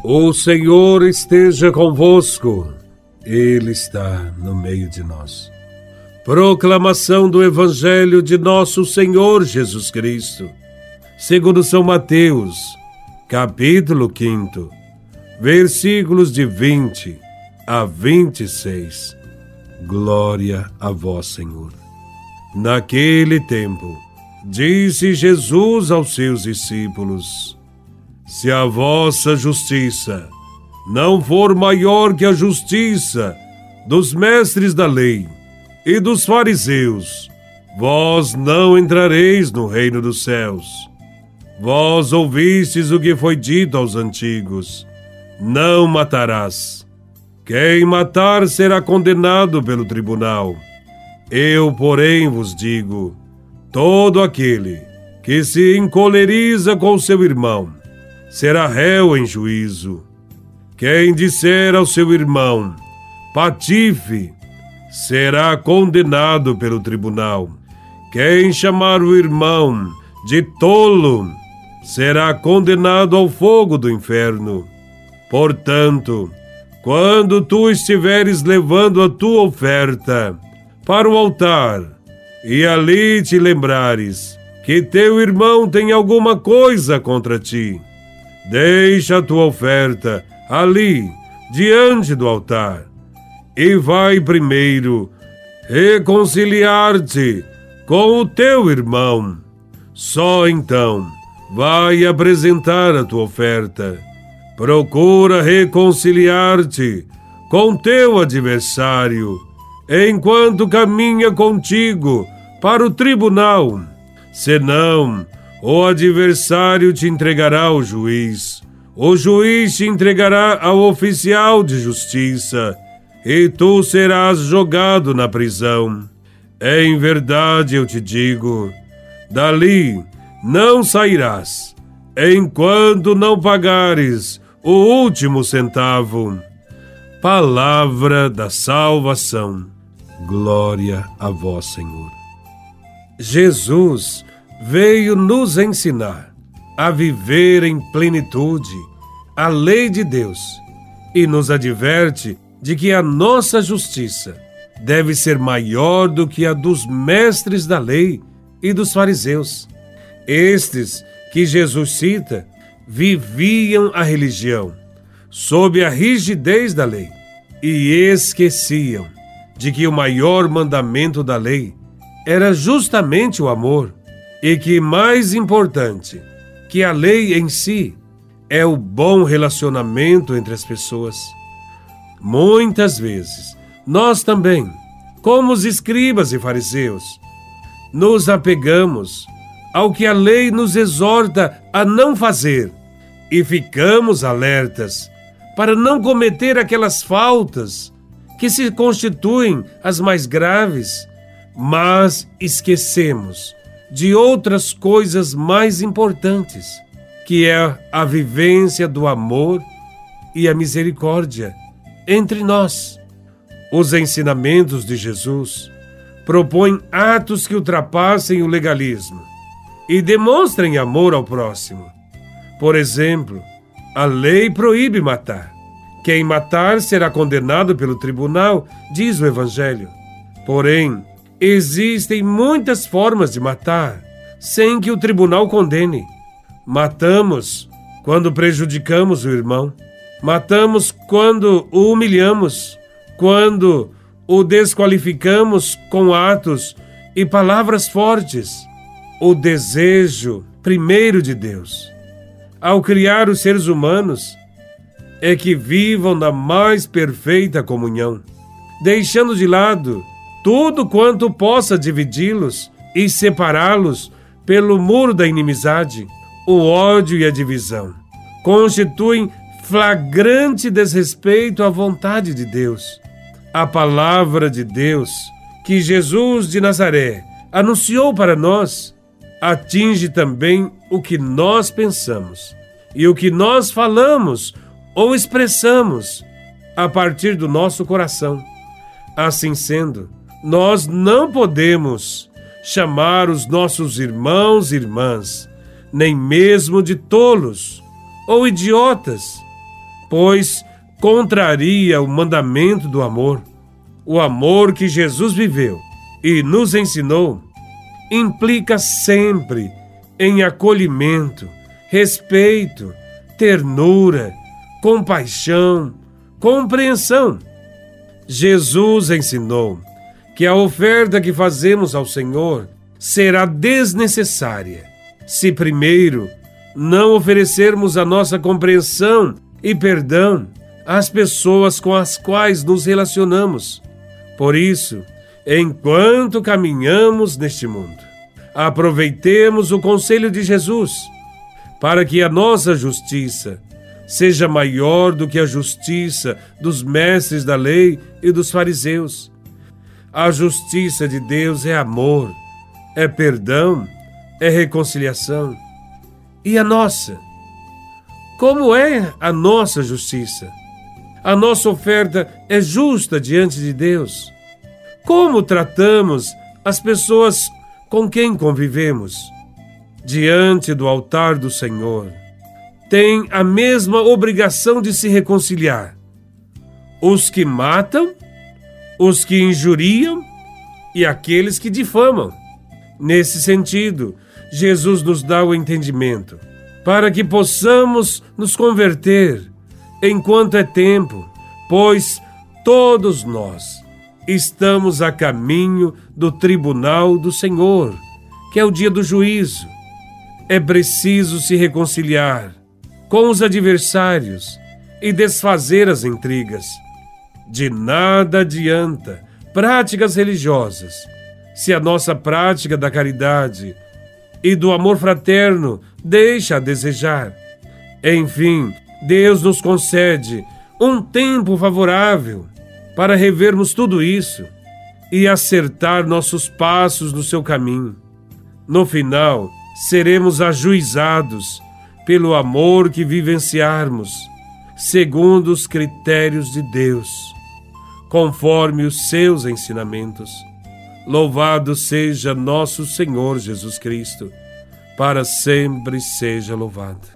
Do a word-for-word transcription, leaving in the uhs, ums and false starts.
O Senhor esteja convosco. Ele está no meio de nós. Proclamação do Evangelho de nosso Senhor Jesus Cristo, segundo São Mateus, capítulo quinto, versículos de vinte a vinte e seis. Glória a vós, Senhor. Naquele tempo, disse Jesus aos seus discípulos: se a vossa justiça não for maior que a justiça dos mestres da lei e dos fariseus, vós não entrareis no reino dos céus. Vós ouvistes o que foi dito aos antigos: não matarás. Quem matar será condenado pelo tribunal. Eu, porém, vos digo: todo aquele que se encoleriza com seu irmão será réu em juízo. Quem disser ao seu irmão: patife, será condenado pelo tribunal. Quem chamar o irmão de tolo será condenado ao fogo do inferno. Portanto, quando tu estiveres levando a tua oferta para o altar, e ali te lembrares que teu irmão tem alguma coisa contra ti, deixa a tua oferta ali, diante do altar, e vai primeiro reconciliar-te com o teu irmão. Só então vai apresentar a tua oferta. Procura reconciliar-te com teu adversário enquanto caminha contigo para o tribunal. Senão, o adversário te entregará ao juiz, o juiz te entregará ao oficial de justiça, e tu serás jogado na prisão. Em verdade eu te digo, dali não sairás, enquanto não pagares o último centavo. Palavra da salvação. Glória a vós, Senhor. Jesus veio nos ensinar a viver em plenitude a lei de Deus e nos adverte de que a nossa justiça deve ser maior do que a dos mestres da lei e dos fariseus. Estes que Jesus cita viviam a religião sob a rigidez da lei e esqueciam de que o maior mandamento da lei era justamente o amor, e que mais importante que a lei em si é o bom relacionamento entre as pessoas. Muitas vezes, nós também, como os escribas e fariseus, nos apegamos ao que a lei nos exorta a não fazer e ficamos alertas para não cometer aquelas faltas que se constituem as mais graves, mas esquecemos de outras coisas mais importantes, que é a vivência do amor e a misericórdia entre nós. Os ensinamentos de Jesus propõem atos que ultrapassem o legalismo e demonstrem amor ao próximo. Por exemplo, a lei proíbe matar. Quem matar será condenado pelo tribunal, diz o Evangelho. Porém, existem muitas formas de matar sem que o tribunal condene. Matamos quando prejudicamos o irmão. Matamos quando o humilhamos, quando o desqualificamos com atos e palavras fortes. O desejo primeiro de Deus, ao criar os seres humanos, é que vivam na mais perfeita comunhão, deixando de lado tudo quanto possa dividi-los e separá-los pelo muro da inimizade. O ódio e a divisão constituem flagrante desrespeito à vontade de Deus. A palavra de Deus que Jesus de Nazaré anunciou para nós atinge também o que nós pensamos e o que nós falamos ou expressamos a partir do nosso coração. Assim sendo, nós não podemos chamar os nossos irmãos e irmãs, nem mesmo de tolos ou idiotas, pois contraria o mandamento do amor. O amor que Jesus viveu e nos ensinou implica sempre em acolhimento, respeito, ternura, compaixão, compreensão. Jesus ensinou que a oferta que fazemos ao Senhor será desnecessária se primeiro não oferecermos a nossa compreensão e perdão às pessoas com as quais nos relacionamos. Por isso, enquanto caminhamos neste mundo, aproveitemos o conselho de Jesus para que a nossa justiça seja maior do que a justiça dos mestres da lei e dos fariseus. A justiça de Deus é amor, é perdão, é reconciliação. E a nossa? Como é a nossa justiça? A nossa oferta é justa diante de Deus? Como tratamos as pessoas com quem convivemos? Diante do altar do Senhor, tem a mesma obrigação de se reconciliar os que matam, os que injuriam e aqueles que difamam. Nesse sentido, Jesus nos dá o entendimento para que possamos nos converter enquanto é tempo, pois todos nós estamos a caminho do tribunal do Senhor, que é o dia do juízo. É preciso se reconciliar com os adversários e desfazer as intrigas. De nada adianta práticas religiosas se a nossa prática da caridade e do amor fraterno deixa a desejar. Enfim, Deus nos concede um tempo favorável para revermos tudo isso e acertar nossos passos no seu caminho. No final, seremos ajuizados pelo amor que vivenciarmos, segundo os critérios de Deus, conforme os seus ensinamentos. Louvado seja nosso Senhor Jesus Cristo, para sempre seja louvado.